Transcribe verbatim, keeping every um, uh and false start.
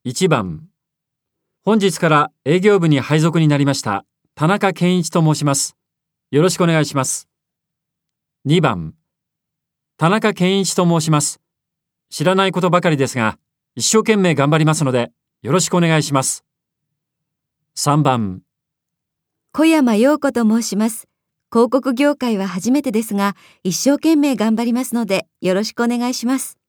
いちばん、本日から営業部に配属になりました田中健一と申します。よろしくお願いします。にばん、田中健一と申します。知らないことばかりですが、一生懸命頑張りますので、よろしくお願いします。さんばん、 小山陽子と申します。広告業界は初めてですが、一生懸命頑張りますので、よろしくお願いします。